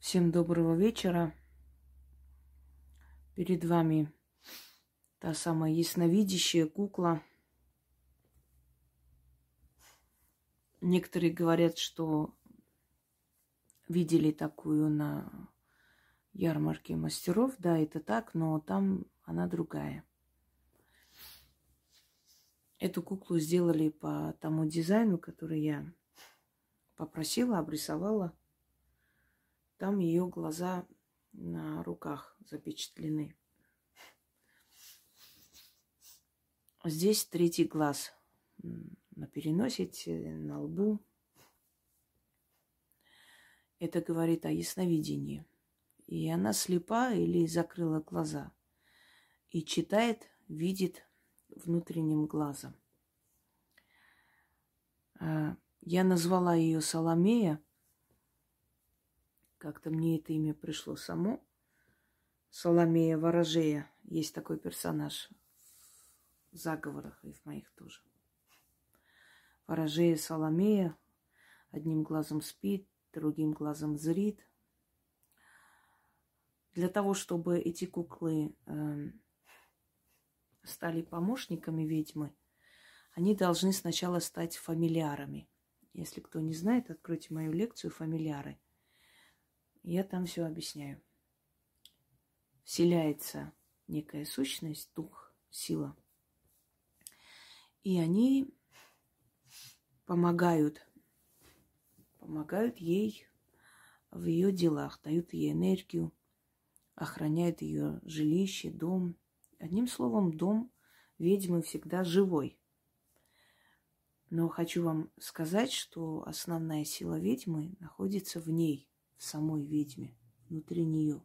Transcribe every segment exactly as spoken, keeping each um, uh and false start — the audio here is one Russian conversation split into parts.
Всем доброго вечера. Перед вами та самая ясновидящая кукла. Некоторые говорят, что видели такую на ярмарке мастеров. Да, это так, но там она другая. Эту куклу сделали по тому дизайну, который я попросила, обрисовала. Там ее глаза на руках запечатлены. Здесь третий глаз на переносице, на лбу. Это говорит о ясновидении. И она слепа или закрыла глаза. И читает, видит внутренним глазом. Я назвала ее Соломея. Как-то мне это имя пришло само. Соломея Ворожея. Есть такой персонаж в заговорах и в моих тоже. Ворожея Соломея одним глазом спит, другим глазом зрит. Для того, чтобы эти куклы э, стали помощниками ведьмы, они должны сначала стать фамильярами. Если кто не знает, откройте мою лекцию «Фамильяры». Я там все объясняю. Вселяется некая сущность, дух, сила. И они помогают, помогают ей в ее делах, дают ей энергию, охраняют ее жилище, дом. Одним словом, дом ведьмы всегда живой. Но хочу вам сказать, что основная сила ведьмы находится в ней. В самой ведьме, внутри нее.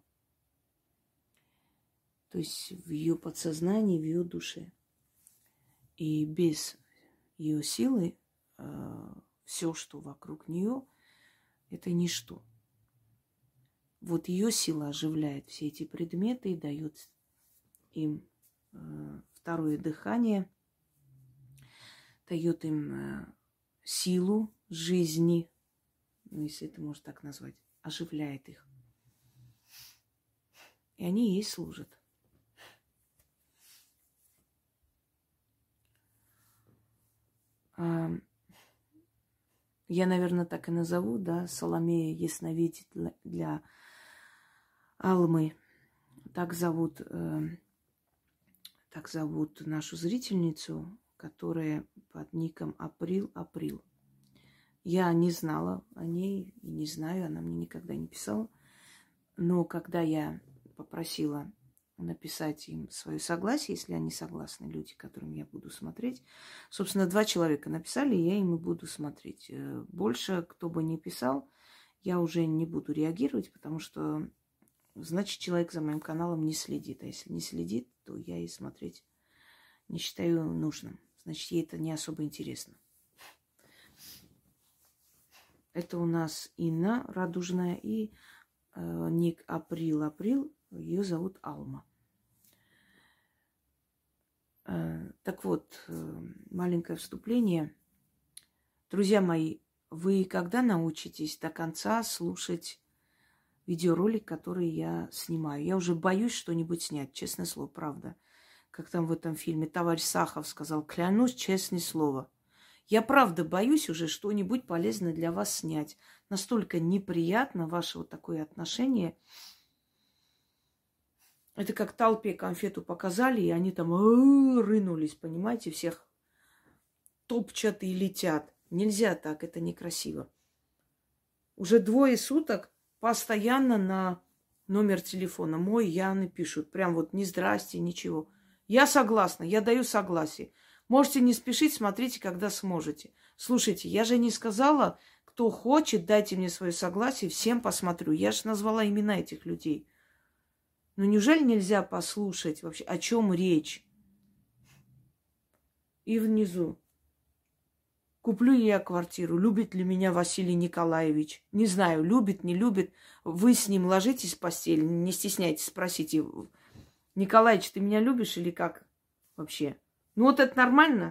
То есть в ее подсознании, в ее душе. И без ее силы э, все, что вокруг нее, это ничто. Вот ее сила оживляет все эти предметы и дает им э, второе дыхание, дает им э, силу жизни, ну, если это можно так назвать. Оживляет их. И они ей служат. Я, наверное, так и назову, да, Соломея ясновидитель для Алмы. Так зовут, э, так зовут нашу зрительницу, которая под ником Април Април. Я не знала о ней и не знаю, она мне никогда не писала. Но когда я попросила написать им свое согласие, если они согласны, люди, которым я буду смотреть, собственно, два человека написали, и я им и буду смотреть. Больше, кто бы ни писал, я уже не буду реагировать, потому что, значит, человек за моим каналом не следит. А если не следит, то я и смотреть не считаю нужным. Значит, ей это не особо интересно. Это у нас Инна Радужная и э, ник Април Април. Ее зовут Алма. Э, так вот, э, маленькое вступление. Друзья мои, вы когда научитесь до конца слушать видеоролик, который я снимаю? Я уже боюсь что-нибудь снять, честное слово, правда. Как там в этом фильме товарищ Сахов сказал, клянусь, честное слово. Я правда боюсь уже что-нибудь полезное для вас снять. Настолько неприятно ваше вот такое отношение. Это как толпе конфету показали, и они там рынулись, понимаете, всех топчат и летят. Нельзя так, это некрасиво. Уже двое суток постоянно на номер телефона мой Яны пишут. Прям вот ни здрасте, ничего. Я согласна, я даю согласие. Можете не спешить, смотрите, когда сможете. Слушайте, я же не сказала, кто хочет, дайте мне свое согласие, всем посмотрю. Я же назвала имена этих людей. Ну неужели нельзя послушать вообще, о чем речь? И внизу. Куплю ли я квартиру? Любит ли меня Василий Николаевич? Не знаю, любит, не любит. Вы с ним ложитесь в постель, не стесняйтесь, спросите. Николаевич, ты меня любишь или как вообще? Ну вот это нормально?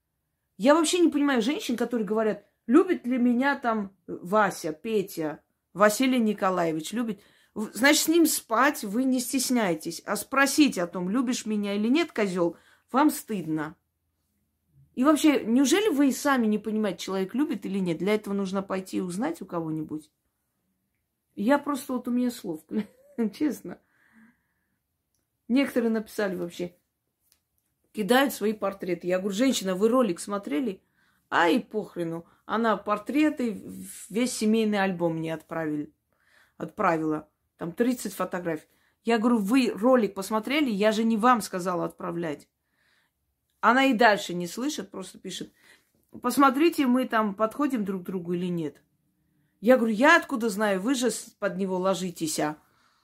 Я вообще не понимаю женщин, которые говорят, любит ли меня там Вася, Петя, Василий Николаевич любит. Значит, с ним спать вы не стесняйтесь. А спросить о том, любишь меня или нет, козел, вам стыдно. И вообще, неужели вы и сами не понимаете, человек любит или нет? Для этого нужно пойти и узнать у кого-нибудь. Я просто, вот у меня слов, честно. Некоторые написали вообще, кидают свои портреты. Я говорю, женщина, вы ролик смотрели? Ай, похрену. Она портреты, весь семейный альбом мне отправили, отправила. Там тридцать фотографий. Я говорю, вы ролик посмотрели? Я же не вам сказала отправлять. Она и дальше не слышит, просто пишет, посмотрите, мы там подходим друг к другу или нет. Я говорю, я откуда знаю, вы же под него ложитесь, а?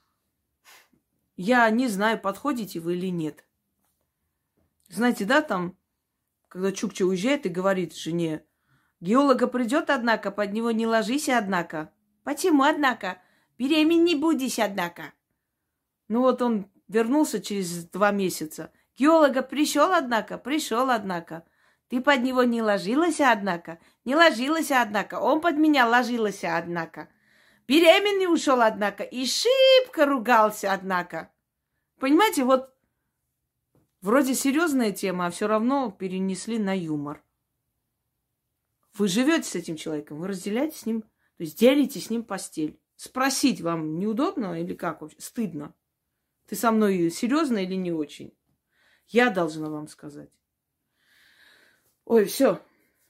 Я не знаю, подходите вы или нет. Знаете, да, там, когда Чукча уезжает и говорит жене, геолога придет, однако, под него не ложись, однако. Почему, однако? Беременна не будешь, однако. Ну вот он вернулся через два месяца. Геолога пришел, однако, пришел, однако. Ты под него не ложилась, однако. Не ложилась, однако. Он под меня ложился, однако. Беременный ушел, однако. И шибко ругался, однако. Понимаете, вот вроде серьезная тема, а все равно перенесли на юмор. Вы живете с этим человеком, вы разделяете с ним, то есть делите с ним постель. Спросить вам неудобно или как вообще? Стыдно. Ты со мной серьезно или не очень? Я должна вам сказать. Ой, все.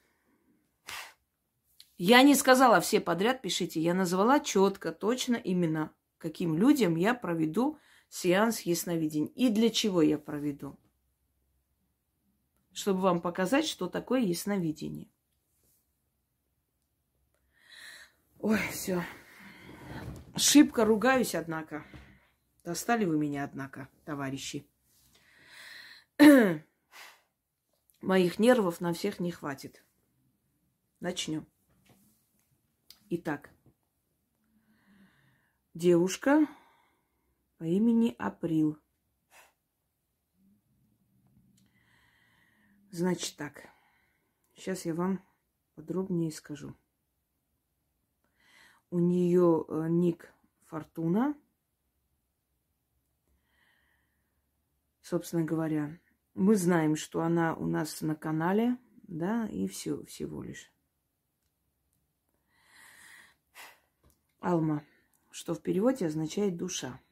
Я не сказала все подряд, пишите. Я назвала четко, точно, именно каким людям я проведу сеанс ясновидения. И для чего я проведу. Чтобы вам показать, что такое ясновидение. Ой, все. Шибко ругаюсь, однако. Достали вы меня, однако, товарищи. Моих нервов на всех не хватит. Начнем. Итак. Девушка по имени Април. Значит так. Сейчас я вам подробнее скажу. У нее ник Фортуна. Собственно говоря, мы знаем, что она у нас на канале, да, и все, всего лишь. Алма, что в переводе означает душа.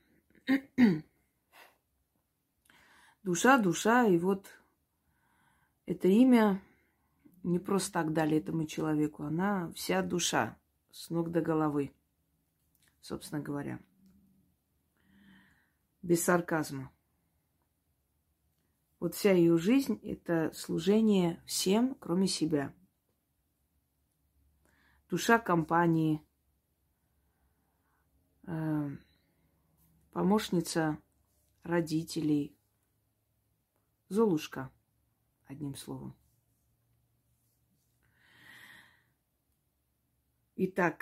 Душа, душа, и вот это имя не просто так дали этому человеку, она вся душа, с ног до головы, собственно говоря. Без сарказма. Вот вся ее жизнь – это служение всем, кроме себя. Душа компании, э, помощница родителей, Золушка, одним словом. Итак,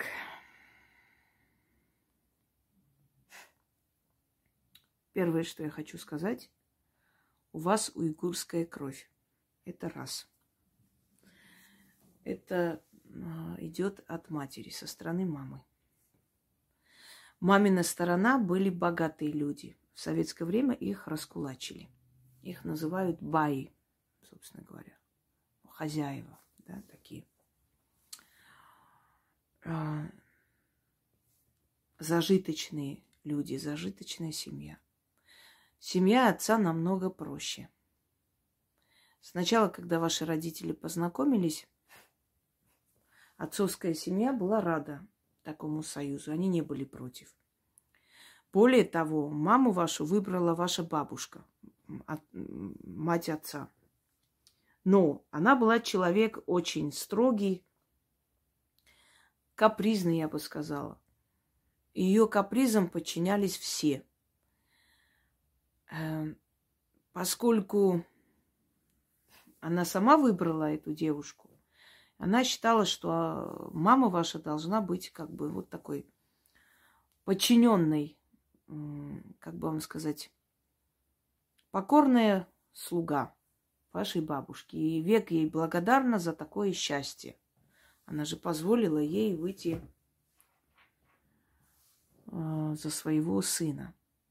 первое, что я хочу сказать, у вас уйгурская кровь. Это раз. Это идет от матери, со стороны мамы. Мамина сторона были богатые люди. В советское время их раскулачили. Их называют баи, собственно говоря. Хозяева, да, такие. Зажиточные люди, зажиточная семья. Семья отца намного проще. Сначала, когда ваши родители познакомились, отцовская семья была рада такому союзу. Они не были против. Более того, маму вашу выбрала ваша бабушка, мать отца. Но она была человек очень строгий, капризный, я бы сказала. Ее капризам подчинялись все. Поскольку она сама выбрала эту девушку, она считала, что мама ваша должна быть как бы вот такой подчиненной, как бы вам сказать, покорная слуга вашей бабушки. И век ей благодарна за такое счастье. Она же позволила ей выйти за своего сына.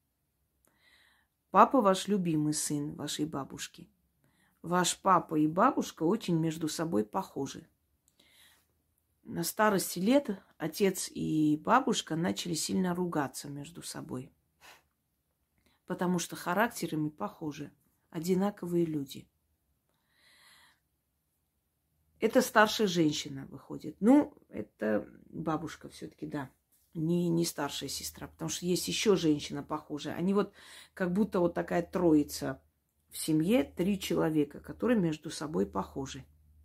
Папа ваш любимый сын вашей бабушки. Ваш папа и бабушка очень между собой похожи. На старости лет отец и бабушка начали сильно ругаться между собой, потому что характерами похожи, одинаковые люди. Это старшая женщина выходит. Ну, это бабушка все-таки, да. Не, не старшая сестра, потому что есть еще женщина похожая. Они вот как будто вот такая троица в семье, три человека, которые между собой похожи.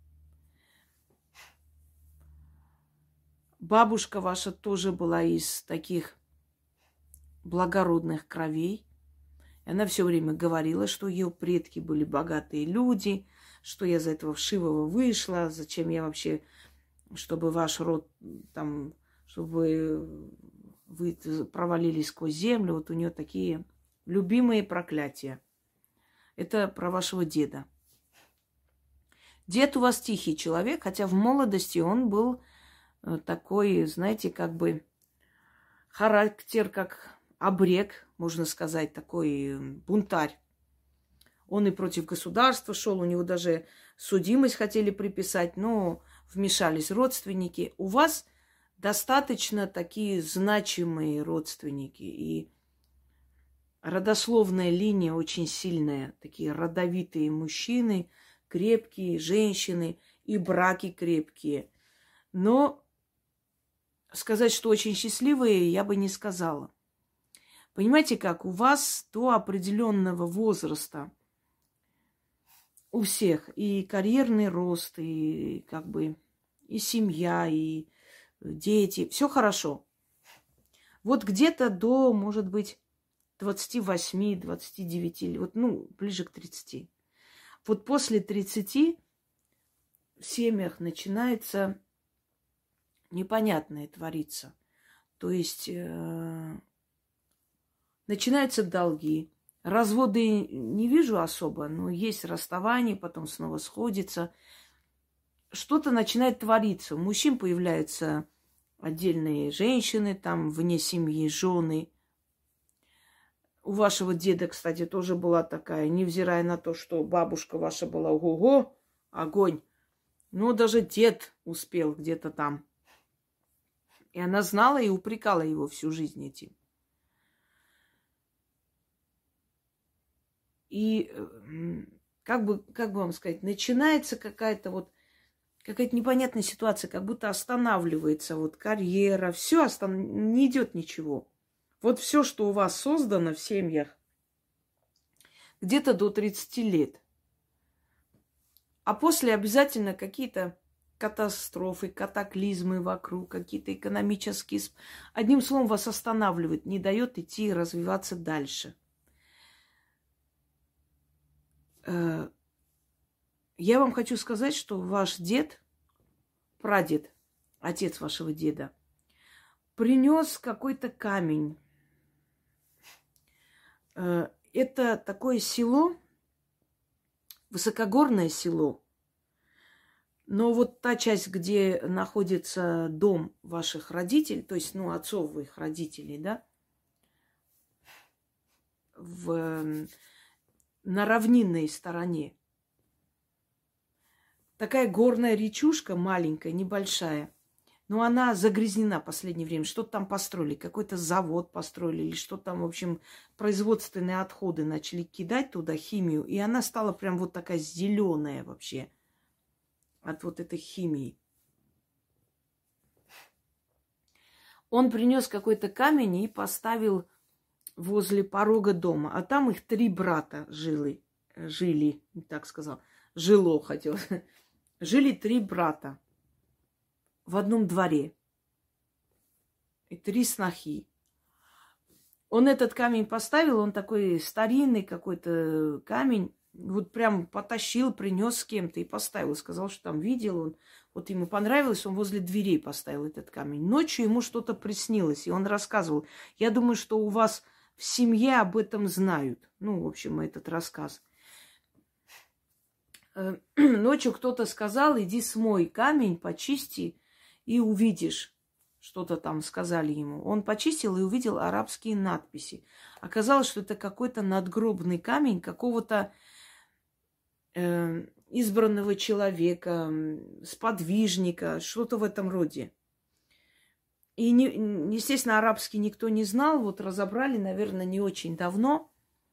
Бабушка ваша тоже была из таких благородных кровей. И она все время говорила, что ее предки были богатые люди, что я за этого вшивого вышла, зачем я вообще, чтобы ваш род там... чтобы вы провалились сквозь землю. Вот у нее такие любимые проклятия. Это про вашего деда. Дед у вас тихий человек, хотя в молодости он был такой, знаете, как бы характер, как обрек, можно сказать, такой бунтарь. Он и против государства шел, у него даже судимость хотели приписать, но вмешались родственники. У вас достаточно такие значимые родственники. И родословная линия очень сильная. Такие родовитые мужчины, крепкие женщины и браки крепкие. Но сказать, что очень счастливые, я бы не сказала. Понимаете как? У вас до определенного возраста у всех и карьерный рост, и как бы и семья, и дети, все хорошо. Вот где-то до, может быть, двадцати восьми, двадцати девяти, вот, ну, ближе к тридцати. Вот после тридцати в семьях начинается непонятное твориться. То есть э, начинаются долги. Разводы не вижу особо, но есть расставание, потом снова сходится. Что-то начинает твориться. У мужчин появляются отдельные женщины, там вне семьи, жены. У вашего деда, кстати, тоже была такая, невзирая на то, что бабушка ваша была ого-го, огонь. Но даже дед успел где-то там. И она знала и упрекала его всю жизнь этим. И как бы, как бы вам сказать, начинается какая-то вот какая-то непонятная ситуация, как будто останавливается вот карьера, все остан... не идет ничего. Вот все, что у вас создано в семьях, где-то до тридцати лет. А после обязательно какие-то катастрофы, катаклизмы вокруг, какие-то экономические... Одним словом, вас останавливает, не дает идти и развиваться дальше. Я вам хочу сказать, что ваш дед, прадед, отец вашего деда, принес какой-то камень. Это такое село, высокогорное село, но вот та часть, где находится дом ваших родителей, то есть, ну, отцовых родителей, да, в... на равнинной стороне. Такая горная речушка маленькая, небольшая. Но она загрязнена в последнее время. Что-то там построили, какой-то завод построили, или что там, в общем, производственные отходы начали кидать туда, химию. И она стала прям вот такая зеленая вообще от вот этой химии. Он принес какой-то камень и поставил возле порога дома. А там их три брата жили. Жили, так сказал. Жило, хотел. Жили три брата в одном дворе. И три снохи. Он этот камень поставил, он такой старинный какой-то камень. Вот прям потащил, принес с кем-то и поставил. Сказал, что там видел он. Вот ему понравилось, он возле дверей поставил этот камень. Ночью ему что-то приснилось, и он рассказывал. Я думаю, что у вас в семье об этом знают. Ну, в общем, этот рассказ. Ночью кто-то сказал, иди смой камень, почисти, и увидишь, что-то там сказали ему. Он почистил и увидел арабские надписи. Оказалось, что это какой-то надгробный камень какого-то э, избранного человека, сподвижника, что-то в этом роде. И, не, естественно, арабский никто не знал. Вот разобрали, наверное, не очень давно.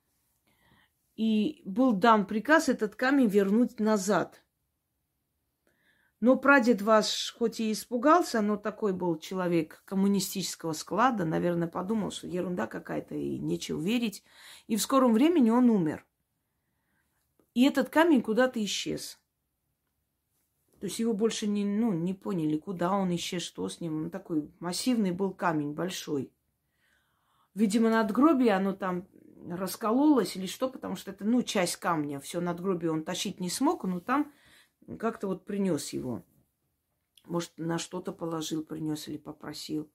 И был дан приказ этот камень вернуть назад. Но прадед ваш хоть и испугался, но такой был человек коммунистического склада, наверное, подумал, что ерунда какая-то и нечего верить. И в скором времени он умер. И этот камень куда-то исчез. То есть его больше не, ну, не поняли, куда он исчез, что с ним. Он такой массивный был камень, большой. Видимо, надгробие, оно там раскололось или что, потому что это, ну, часть камня. Все надгробие он тащить не смог, но там как-то вот принес его. Может, на что-то положил, принес или попросил.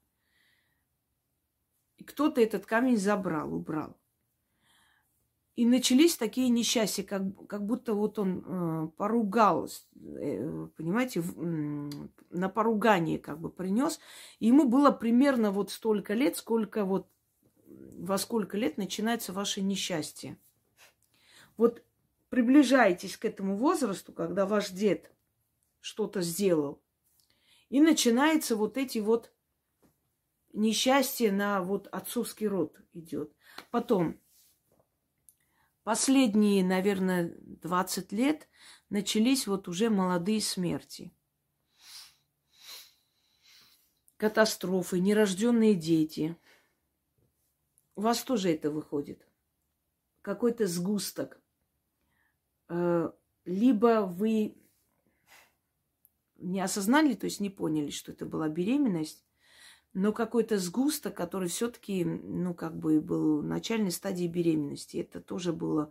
И кто-то этот камень забрал, убрал. И начались такие несчастья, как, как будто вот он э, поругал, э, понимаете, в, э, на поругание как бы принес. И ему было примерно вот столько лет, сколько вот, во сколько лет начинается ваше несчастье. Вот приближаетесь к этому возрасту, когда ваш дед что-то сделал, и начинается вот эти вот несчастья на вот отцовский род идет. Потом последние, наверное, двадцать лет начались вот уже молодые смерти. Катастрофы, нерожденные дети. У вас тоже это выходит. Какой-то сгусток. Либо вы не осознали, то есть не поняли, что это была беременность, но какой-то сгусток, который все-таки, ну, как бы был в начальной стадии беременности. Это тоже было,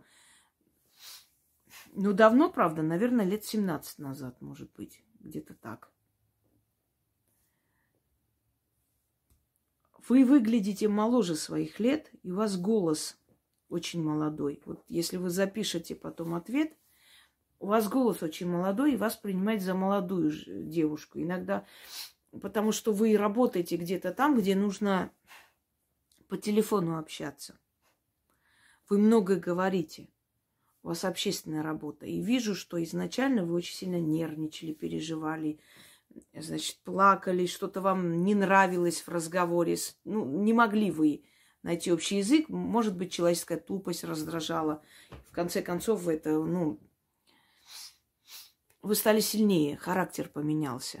ну, давно, правда, наверное, лет семнадцать назад, может быть, где-то так. Вы выглядите моложе своих лет, и у вас голос очень молодой. Вот если вы запишете потом ответ, у вас голос очень молодой, и вас принимают за молодую девушку. Иногда, потому что вы работаете где-то там, где нужно по телефону общаться. Вы много говорите. У вас общественная работа. И вижу, что изначально вы очень сильно нервничали, переживали, значит, плакали, что-то вам не нравилось в разговоре. Ну, не могли вы найти общий язык. Может быть, человеческая тупость раздражала. В конце концов, это, ну, вы стали сильнее, характер поменялся.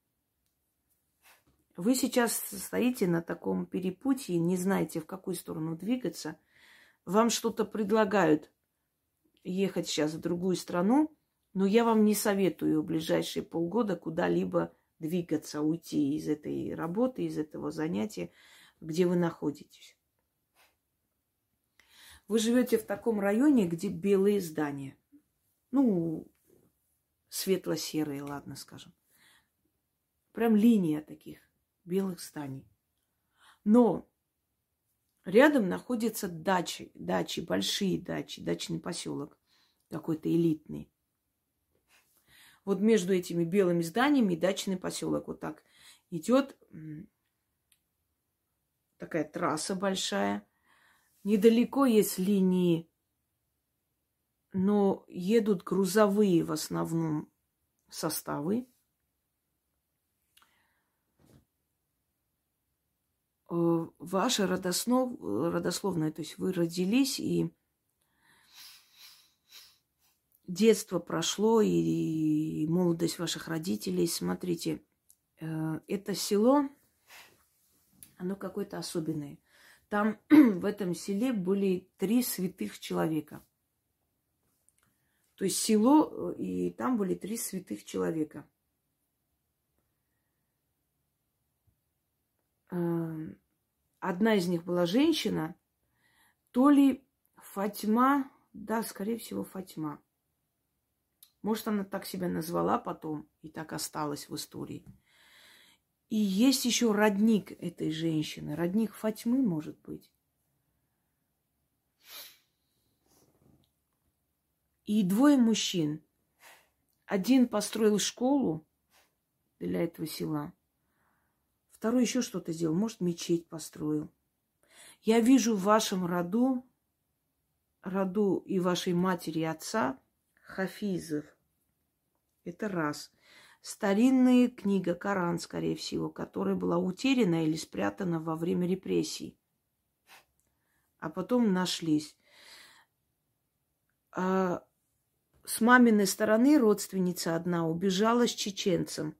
Вы сейчас стоите на таком перепутье, не знаете, в какую сторону двигаться. Вам что-то предлагают ехать сейчас в другую страну, но я вам не советую в ближайшие полгода куда-либо двигаться, уйти из этой работы, из этого занятия, где вы находитесь. Вы живете в таком районе, где белые здания. Ну, светло-серые, ладно, скажем. Прям линия таких белых зданий. Но рядом находятся дачи, дачи, большие дачи, дачный поселок какой-то элитный. Вот между этими белыми зданиями дачный поселок вот так идет такая трасса большая. Недалеко есть линии, но едут грузовые в основном составы. Ваша родослов... родословная, то есть вы родились, и детство прошло, и молодость ваших родителей. Смотрите, это село, оно какое-то особенное. Там в этом селе были три святых человека. То есть село, и там были три святых человека. Одна из них была женщина, то ли Фатьма, да, скорее всего, Фатьма. Может, она так себя назвала потом и так осталась в истории. И есть еще родник этой женщины, родник Фатьмы, может быть. И двое мужчин. Один построил школу для этого села. второй еще что-то сделал, может, мечеть построил. Я вижу в вашем роду, роду и вашей матери и отца хафизов. Это раз. Старинная книга, Коран, скорее всего, которая была утеряна или спрятана во время репрессий. А потом нашлись. А с маминой стороны родственница одна убежала с чеченцем.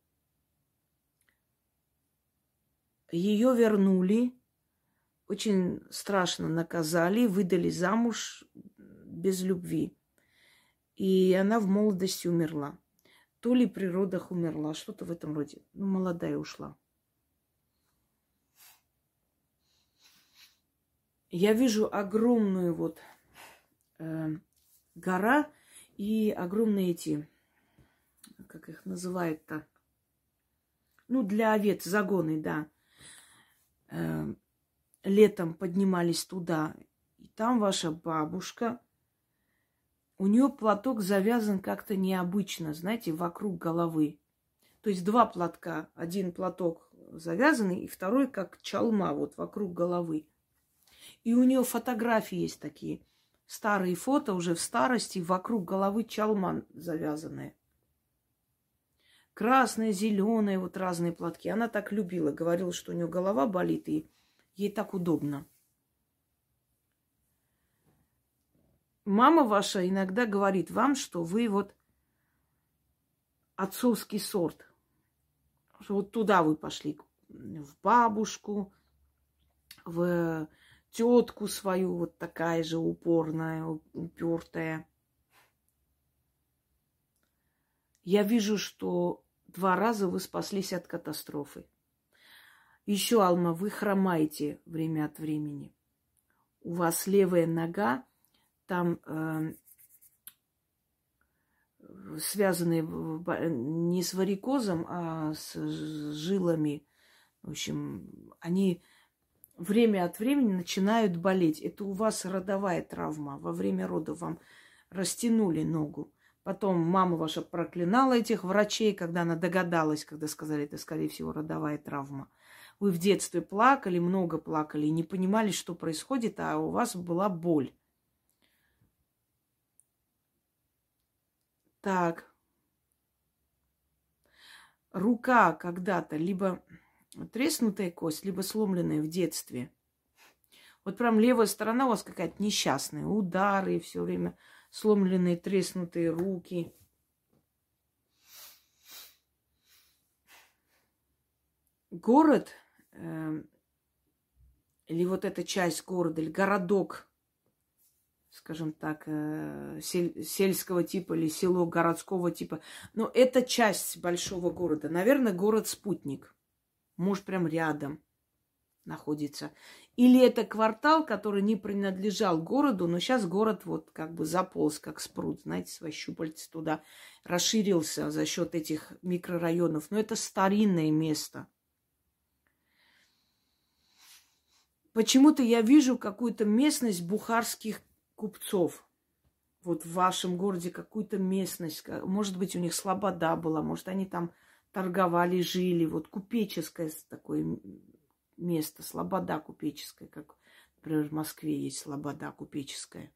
Ее вернули, очень страшно наказали, выдали замуж без любви. И она в молодости умерла. То ли при родах умерла, что-то в этом роде. Ну, молодая ушла. Я вижу огромную вот э, гора и огромные эти, как их называют-то, ну, для овец загоны, да. Э, летом поднимались туда. И там ваша бабушка, у нее платок завязан как-то необычно, знаете, вокруг головы. То есть два платка. Один платок завязанный, и второй как чалма вот вокруг головы. И у нее фотографии есть такие. Старые фото уже в старости, вокруг головы чалма завязанная. Красная, зеленая, вот разные платки. Она так любила. Говорила, что у нее голова болит, и ей так удобно. Мама ваша иногда говорит вам, что вы вот отцовский сорт. Что вот туда вы пошли, в бабушку, в тетку свою, вот такая же упорная, упертая. Я вижу, что два раза вы спаслись от катастрофы. Еще, Алма, вы хромаете время от времени. У вас левая нога, там э, связаны не с варикозом, а с жилами. В общем, они время от времени начинают болеть. Это у вас родовая травма. Во время родов вам растянули ногу. Потом мама ваша проклинала этих врачей, когда она догадалась, когда сказали, это, скорее всего, родовая травма. Вы в детстве плакали, много плакали, не понимали, что происходит, а у вас была боль. Так. Рука когда-то либо треснутая кость, либо сломленная в детстве. Вот прям левая сторона у вас какая-то несчастная. Удары, все время сломленные, треснутые руки. Город, э, или вот эта часть города, или городок, скажем так, э, сель, сельского типа или село городского типа. Но это часть большого города. Наверное, город-спутник. Может, прям рядом находится. Или это квартал, который не принадлежал городу, но сейчас город вот как бы заполз, как спрут, знаете, свои щупальца туда расширился за счет этих микрорайонов. Но это старинное место. Почему-то я вижу какую-то местность бухарских купцов. Вот в вашем городе какую-то местность. Может быть, у них слобода была, может, они там торговали, жили. Вот купеческое такое место, слобода купеческая, как, например, в Москве есть слобода купеческая.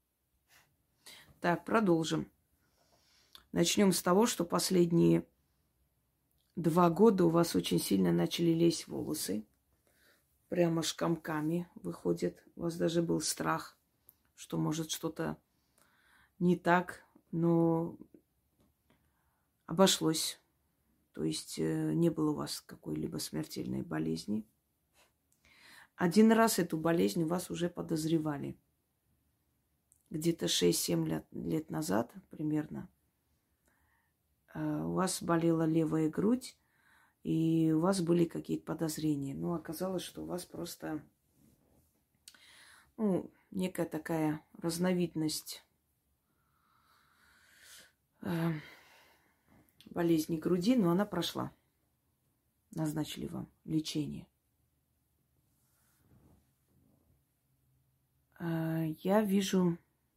Так, продолжим. Начнем с того, что последние два года у вас очень сильно начали лезть волосы. Прямо шкамками выходит. У вас даже был страх, что может что-то не так, но обошлось. То есть не было у вас какой-либо смертельной болезни. Один раз эту болезнь у вас уже подозревали. Где-то шесть-семь лет, лет назад примерно у вас болела левая грудь, и у вас были какие-то подозрения. Но оказалось, что у вас просто ну, некая такая разновидность э, болезни груди, но она прошла. Назначили вам лечение. Э, я вижу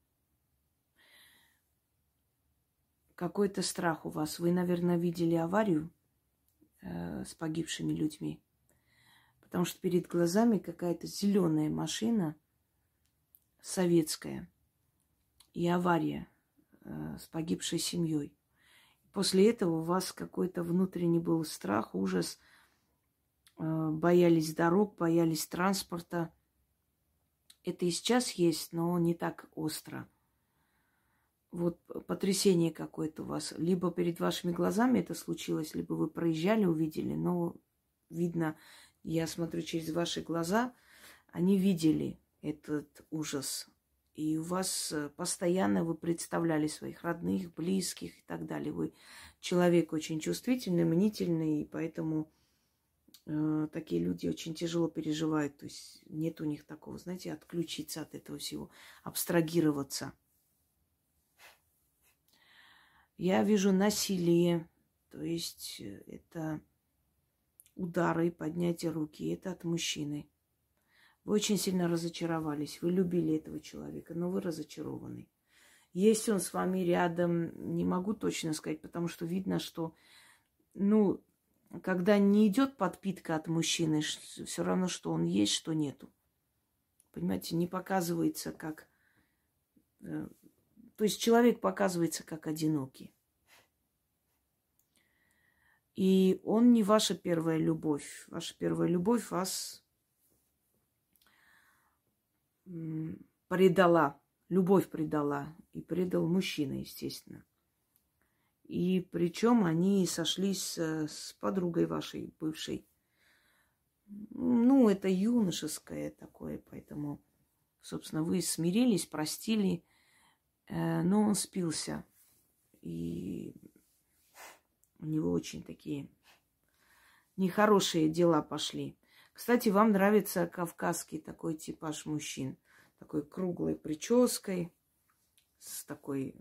какой-то страх у вас. Вы, наверное, видели аварию с погибшими людьми. Потому что перед глазами какая-то зеленая машина советская и авария э, с погибшей семьей. После этого у вас какой-то внутренний был страх, ужас, э, боялись дорог, боялись транспорта. Это и сейчас есть, но не так остро. Вот потрясение какое-то у вас. Либо перед вашими глазами это случилось, либо вы проезжали, увидели, но видно, я смотрю через ваши глаза, они видели этот ужас. И у вас постоянно вы представляли своих родных, близких и так далее. Вы человек очень чувствительный, мнительный, и поэтому э, такие люди очень тяжело переживают. То есть нет у них такого, знаете, отключиться от этого всего, абстрагироваться. Я вижу насилие, то есть это удары, поднятие руки, это от мужчины. Вы очень сильно разочаровались, вы любили этого человека, но вы разочарованы. Есть он с вами рядом, не могу точно сказать, потому что видно, что, ну, когда не идет подпитка от мужчины, все равно, что он есть, что нету. Понимаете, не показывается как... То есть человек показывается как одинокий. И он не ваша первая любовь. Ваша первая любовь вас предала, любовь предала. И предал мужчина, естественно. И причем они сошлись с подругой вашей бывшей. Ну, это юношеское такое, поэтому, собственно, вы смирились, простили, но он спился. И у него очень такие нехорошие дела пошли. Кстати, вам нравится кавказский такой типаж мужчин. Такой круглой прической, с такой,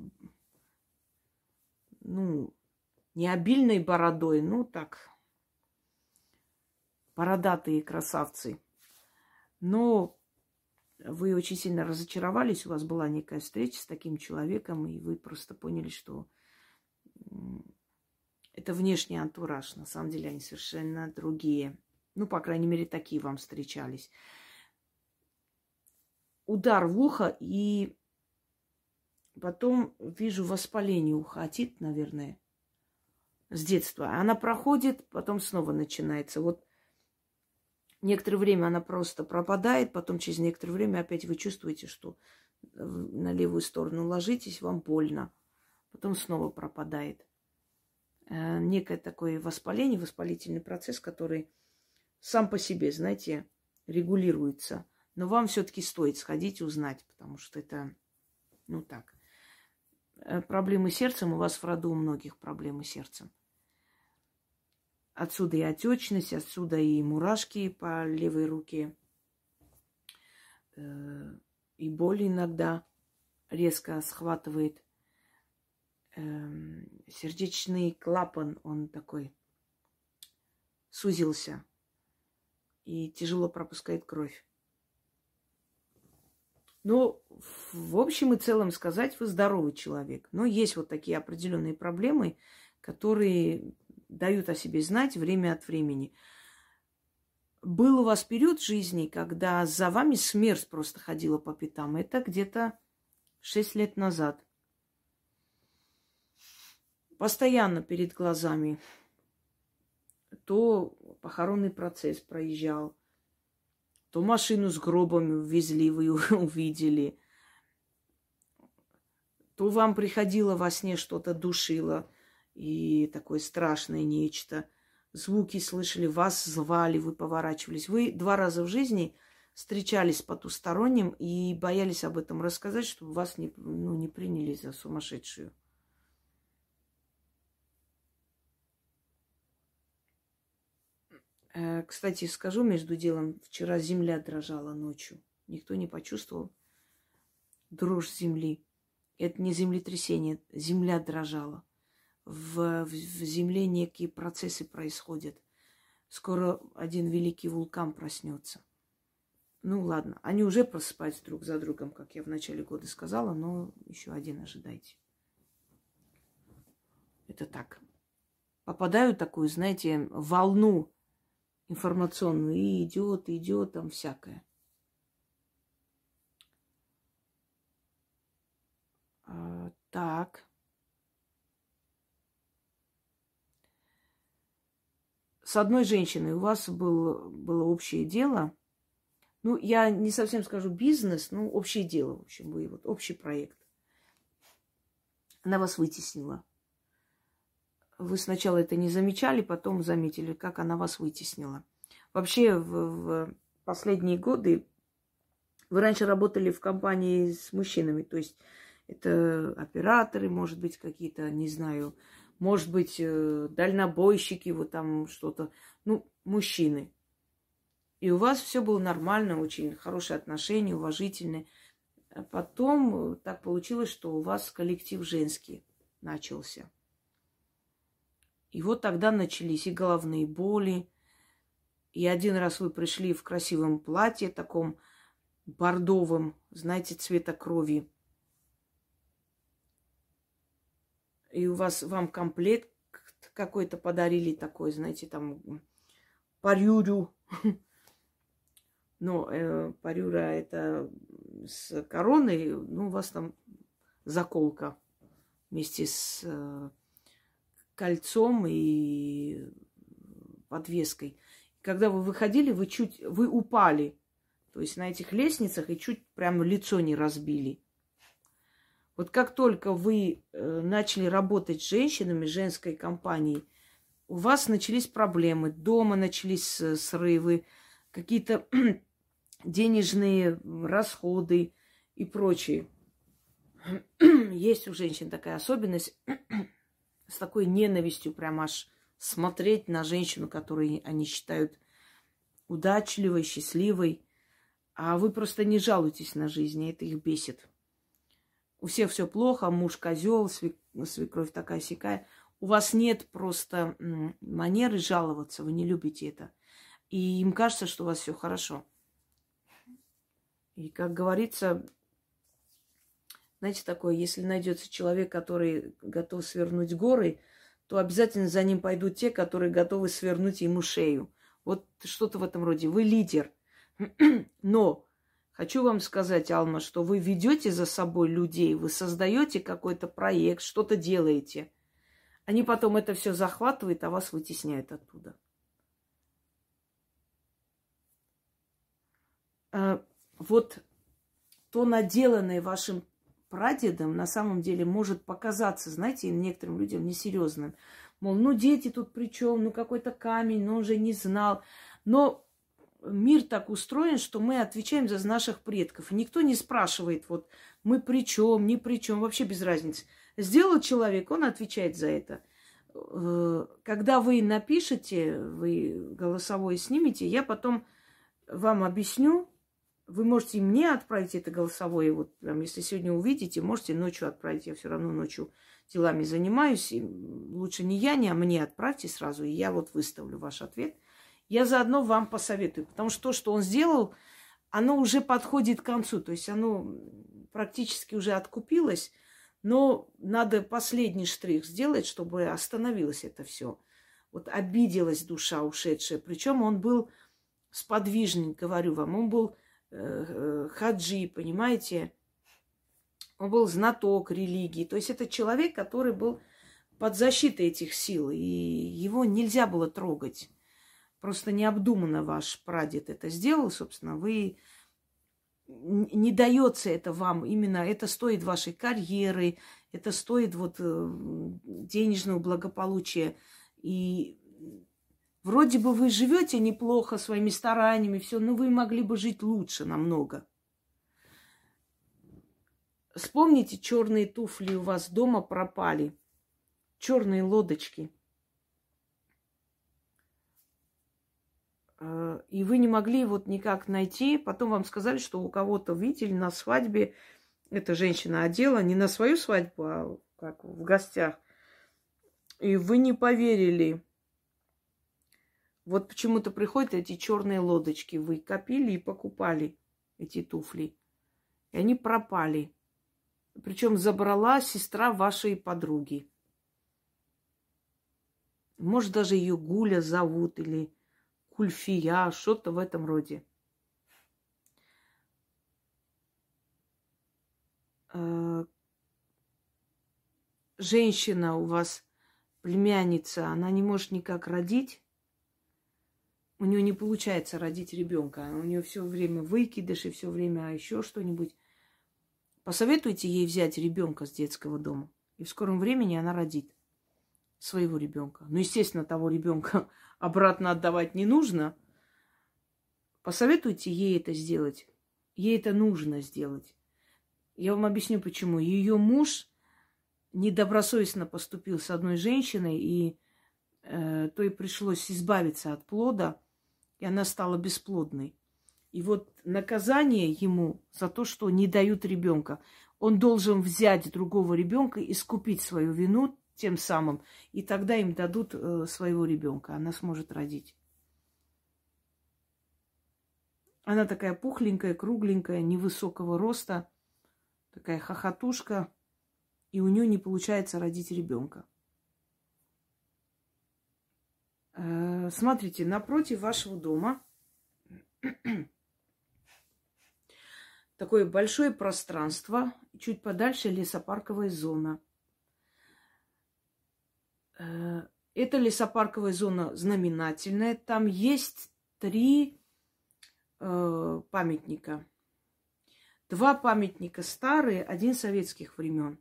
ну, не обильной бородой, ну так, бородатые красавцы. Но вы очень сильно разочаровались, у вас была некая встреча с таким человеком, и вы просто поняли, что это внешний антураж. На самом деле они совершенно другие. Ну, по крайней мере, такие вам встречались. Удар в ухо, и потом вижу воспаление уха. Отит, наверное, с детства. Она проходит, потом снова начинается. Вот некоторое время она просто пропадает, потом через некоторое время опять вы чувствуете, что на левую сторону ложитесь, вам больно. Потом снова пропадает. Некое такое воспаление, воспалительный процесс, который сам по себе, знаете, регулируется. Но вам все-таки стоит сходить и узнать, потому что это, ну так. Проблемы с сердцем, у вас в роду у многих проблемы с сердцем. Отсюда и отечность, отсюда и мурашки по левой руке. И боль иногда резко схватывает. Сердечный клапан, он такой сузился и тяжело пропускает кровь. Ну, в общем и целом сказать, вы здоровый человек. Но есть вот такие определенные проблемы, которые дают о себе знать время от времени. Был у вас период жизни, когда за вами смерть просто ходила по пятам. Это где-то шесть лет назад. Постоянно перед глазами. То похоронный процесс проезжал, то машину с гробом везли, вы увидели, то вам приходило во сне что-то душило, и такое страшное нечто. Звуки слышали, вас звали, вы поворачивались. Вы два раза в жизни встречались с потусторонним и боялись об этом рассказать, чтобы вас не, ну, не приняли за сумасшедшую. Кстати, скажу между делом, вчера земля дрожала ночью. Никто не почувствовал дрожь земли. Это не землетрясение, земля дрожала. В, в, в земле некие процессы происходят. Скоро один великий вулкан проснется. Ну ладно, они уже просыпаются друг за другом, как я в начале года сказала, но еще один ожидайте. Это так. Попадаю в такую, знаете, волну информационную. И идет, идет, там всякое. А, так. С одной женщиной у вас был, было общее дело. Ну, я не совсем скажу бизнес, но общее дело, в общем, вы вот общий проект. Она вас вытеснила. Вы сначала это не замечали, потом заметили, как она вас вытеснила. Вообще, в, в последние годы вы раньше работали в компании с мужчинами, то есть это операторы, может быть, какие-то, не знаю, может быть, дальнобойщики, вот там что-то, ну, мужчины. И у вас все было нормально, очень хорошие отношения, уважительные. А потом так получилось, что у вас коллектив женский начался. И вот тогда начались и головные боли. И один раз вы пришли в красивом платье, таком бордовом, знаете, цвета крови. И у вас, вам комплект какой-то подарили такой, знаете, там, парюрю. Но э, парюра это с короной, ну, у вас там заколка вместе с э, кольцом и подвеской. Когда вы выходили, вы чуть, вы упали, то есть на этих лестницах и чуть прямо лицо не разбили. Вот как только вы э, начали работать с женщинами, женской компанией, у вас начались проблемы, дома начались срывы, какие-то денежные расходы и прочее. Есть у женщин такая особенность с такой ненавистью прям аж смотреть на женщину, которую они считают удачливой, счастливой. А вы просто не жалуетесь на жизнь, и это их бесит. У всех все плохо, муж козел, свекровь такая-сякая. У вас нет просто манеры жаловаться, вы не любите это. И им кажется, что у вас все хорошо. И, как говорится, знаете, такое, если найдется человек, который готов свернуть горы, то обязательно за ним пойдут те, которые готовы свернуть ему шею. Вот что-то в этом роде. Вы лидер. Но хочу вам сказать, Алма, что вы ведете за собой людей, вы создаете какой-то проект, что-то делаете. Они потом это все захватывают, а вас вытесняют оттуда. Вот то, наделанное вашим прадедом, на самом деле может показаться, знаете, некоторым людям несерьезным. Мол, ну дети тут при чем, ну какой-то камень, ну он же не знал. Но мир так устроен, что мы отвечаем за наших предков. И никто не спрашивает, вот мы при чем, ни при чем, вообще без разницы. Сделал человек, он отвечает за это. Когда вы напишете, вы голосовое снимете, я потом вам объясню. Вы можете мне отправить это голосовое, вот прям, если сегодня увидите, можете ночью отправить. Я все равно ночью делами занимаюсь. И лучше не я, не а мне отправьте сразу, и я вот выставлю ваш ответ. Я заодно вам посоветую, потому что то, что он сделал, оно уже подходит к концу. То есть оно практически уже откупилось, но надо последний штрих сделать, чтобы остановилось это все. Вот обиделась душа ушедшая. Причем он был сподвижник, говорю вам, он был хаджи, понимаете? Он был знаток религии. То есть это человек, который был под защитой этих сил. И его нельзя было трогать. Просто необдуманно ваш прадед это сделал, собственно. Вы... Не дается это вам. Именно это стоит вашей карьеры. Это стоит вот денежного благополучия. И... Вроде бы вы живете неплохо своими стараниями, все, но вы могли бы жить лучше намного. Вспомните, черные туфли у вас дома пропали, черные лодочки. И вы не могли вот никак найти. Потом вам сказали, что у кого-то видели на свадьбе. Эта женщина одела не на свою свадьбу, а как в гостях. И вы не поверили. Вот почему-то приходят эти черные лодочки. Вы копили и покупали эти туфли. И они пропали. Причем забрала сестра вашей подруги. Может, даже ее Гуля зовут или кульфия, что-то в этом роде. Женщина у вас, племянница, она не может никак родить. У нее не получается родить ребенка. У нее все время выкидыш и все время еще что-нибудь. Посоветуйте ей взять ребенка с детского дома. И в скором времени она родит своего ребенка. Ну, естественно, того ребенка обратно отдавать не нужно. Посоветуйте ей это сделать. Ей это нужно сделать. Я вам объясню, почему. Ее муж недобросовестно поступил с одной женщиной, и э, то и пришлось избавиться от плода, и она стала бесплодной. И вот наказание ему за то, что не дают ребенка. Он должен взять другого ребенка и искупить свою вину тем самым, и тогда им дадут э, своего ребенка. Она сможет родить. Она такая пухленькая, кругленькая, невысокого роста, такая хохотушка, и у нее не получается родить ребенка. Э, смотрите, напротив вашего дома такое большое пространство, чуть подальше лесопарковая зона. Э, эта лесопарковая зона знаменательная. Там есть три э, памятника. Два памятника старые, один советских времен.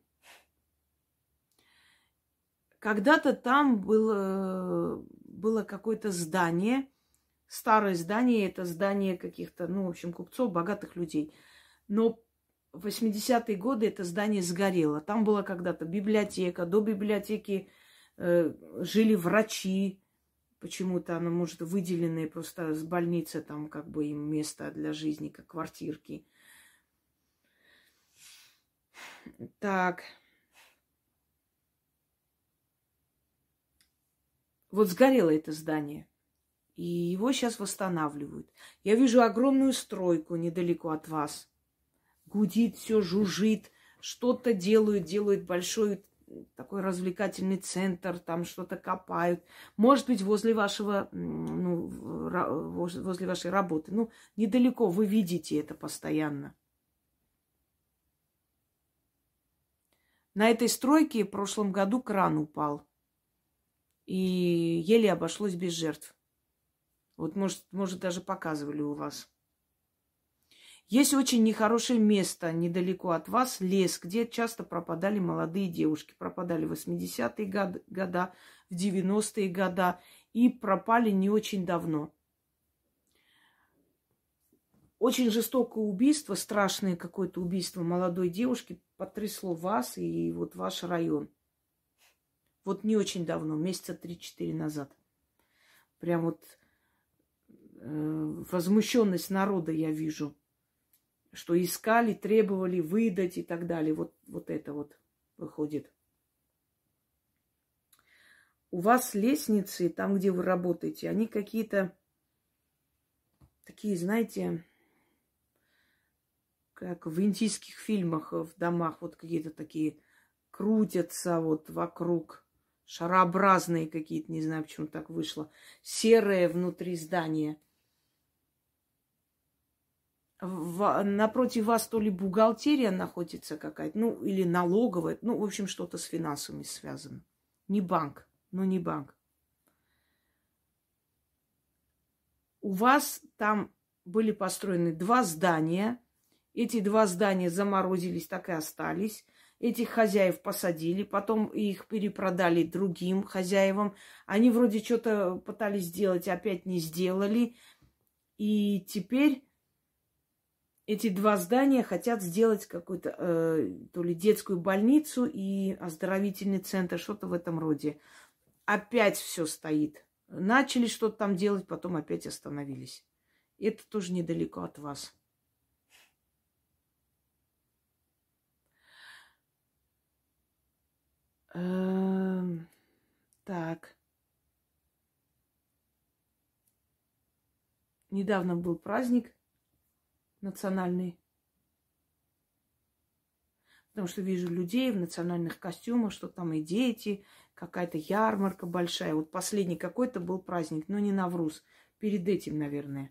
Когда-то там было, было какое-то здание, старое здание, это здание каких-то, ну, в общем, купцов, богатых людей. Но в восьмидесятые годы это здание сгорело. Там была когда-то библиотека, до библиотеки э, жили врачи. Почему-то она, может, выделенная просто с больницы, там как бы им место для жизни, как квартирки. Так. Вот сгорело это здание. И его сейчас восстанавливают. Я вижу огромную стройку недалеко от вас. Гудит все, жужжит, что-то делают, делают большой такой развлекательный центр, там что-то копают. Может быть, возле вашего, ну, возле вашей работы. Ну, недалеко вы видите это постоянно. На этой стройке в прошлом году кран упал. И еле обошлось без жертв. Вот, может, может, даже показывали у вас. Есть очень нехорошее место недалеко от вас, лес, где часто пропадали молодые девушки. Пропадали в восьмидесятые годы, в девяностые годы и пропали не очень давно. Очень жестокое убийство, страшное какое-то убийство молодой девушки потрясло вас и вот ваш район. Вот не очень давно, месяца три-четыре назад. Прям вот э, возмущенность народа я вижу. Что искали, требовали выдать и так далее. Вот, вот это вот выходит. У вас лестницы, там, где вы работаете, они какие-то такие, знаете, как в индийских фильмах, в домах, вот какие-то такие крутятся вот вокруг, шарообразные какие-то, не знаю, почему так вышло, серые внутри здания. В, напротив вас то ли бухгалтерия находится какая-то, ну, или налоговая, ну, в общем, что-то с финансами связано. Не банк, но не банк. У вас там были построены два здания. Эти два здания заморозились, так и остались. Этих хозяев посадили, потом их перепродали другим хозяевам. Они вроде что-то пытались сделать, опять не сделали. И теперь эти два здания хотят сделать какую-то э, то ли детскую больницу и оздоровительный центр, что-то в этом роде. Опять все стоит. Начали что-то там делать, потом опять остановились. Это тоже недалеко от вас. Эм, так. Недавно был праздник национальный. Потому что вижу людей в национальных костюмах, что там и дети, какая-то ярмарка большая. Вот последний какой-то был праздник, но не Навруз. перед этим, наверное.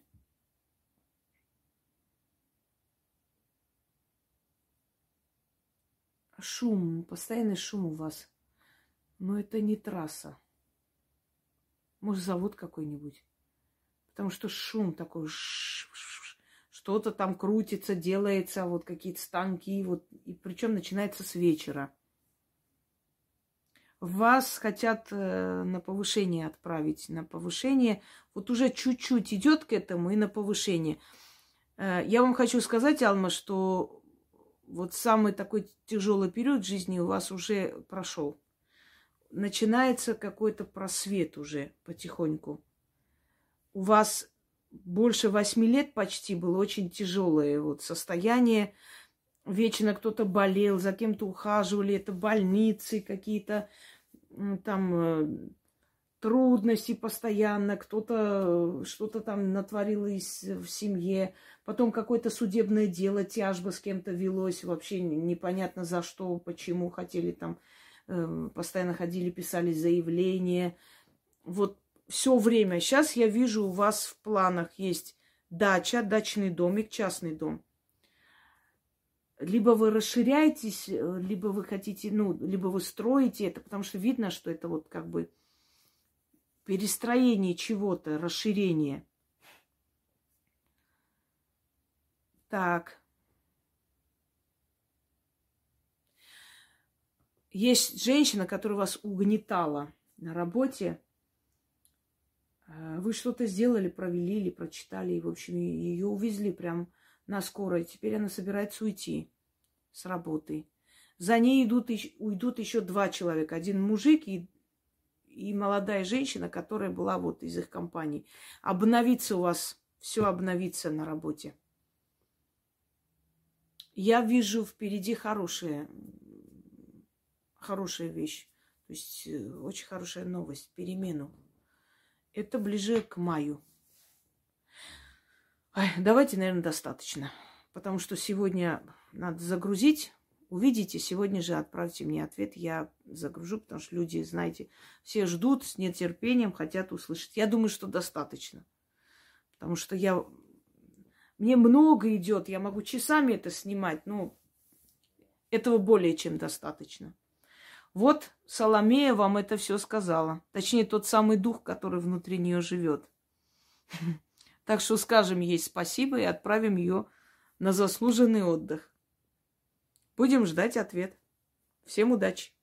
Шум, постоянный шум у вас. Но это не трасса. Может, завод какой-нибудь. Потому что шум такой, что-то там крутится, делается, вот какие-то станки, вот, и причем начинается с вечера. Вас хотят э, на повышение отправить, на повышение. Вот уже чуть-чуть идет к этому и на повышение. Э, я вам хочу сказать, Алма, что вот самый такой тяжелый период жизни у вас уже прошел. Начинается какой-то просвет уже потихоньку. У вас больше восьми лет почти было очень тяжелое вот состояние. Вечно кто-то болел, за кем-то ухаживали, это больницы какие-то, там э, трудности постоянно, кто-то что-то там натворил из, в семье, потом какое-то судебное дело, тяжба с кем-то велось, вообще непонятно за что, почему хотели там, э, постоянно ходили, писали заявления. Вот все время. Сейчас я вижу, у вас в планах есть дача, дачный домик, частный дом. Либо вы расширяетесь, либо вы хотите, ну, либо вы строите это, потому что видно, что это вот как бы перестроение чего-то, расширение. Так. Есть женщина, которая вас угнетала на работе. Вы что-то сделали, провели или прочитали, и, в общем, ее увезли прям на скорой. Теперь она собирается уйти с работы. За ней идут, уйдут еще два человека. Один мужик и, и молодая женщина, которая была вот из их компании. Обновится у вас, все обновится на работе. Я вижу впереди хорошая, хорошая вещь. То есть очень хорошая новость, перемену. Это ближе к маю. Ой, давайте, наверное, достаточно. Потому что сегодня надо загрузить. Увидите, сегодня же отправьте мне ответ. Я загружу, потому что люди, знаете, все ждут с нетерпением, хотят услышать. Я думаю, что достаточно. Потому что я... Мне много идет. Я могу часами это снимать, но этого более чем достаточно. Вот Соломея вам это все сказала. Точнее, тот самый дух, который внутри нее живет. Так что скажем ей спасибо и отправим ее на заслуженный отдых. Будем ждать ответ. Всем удачи!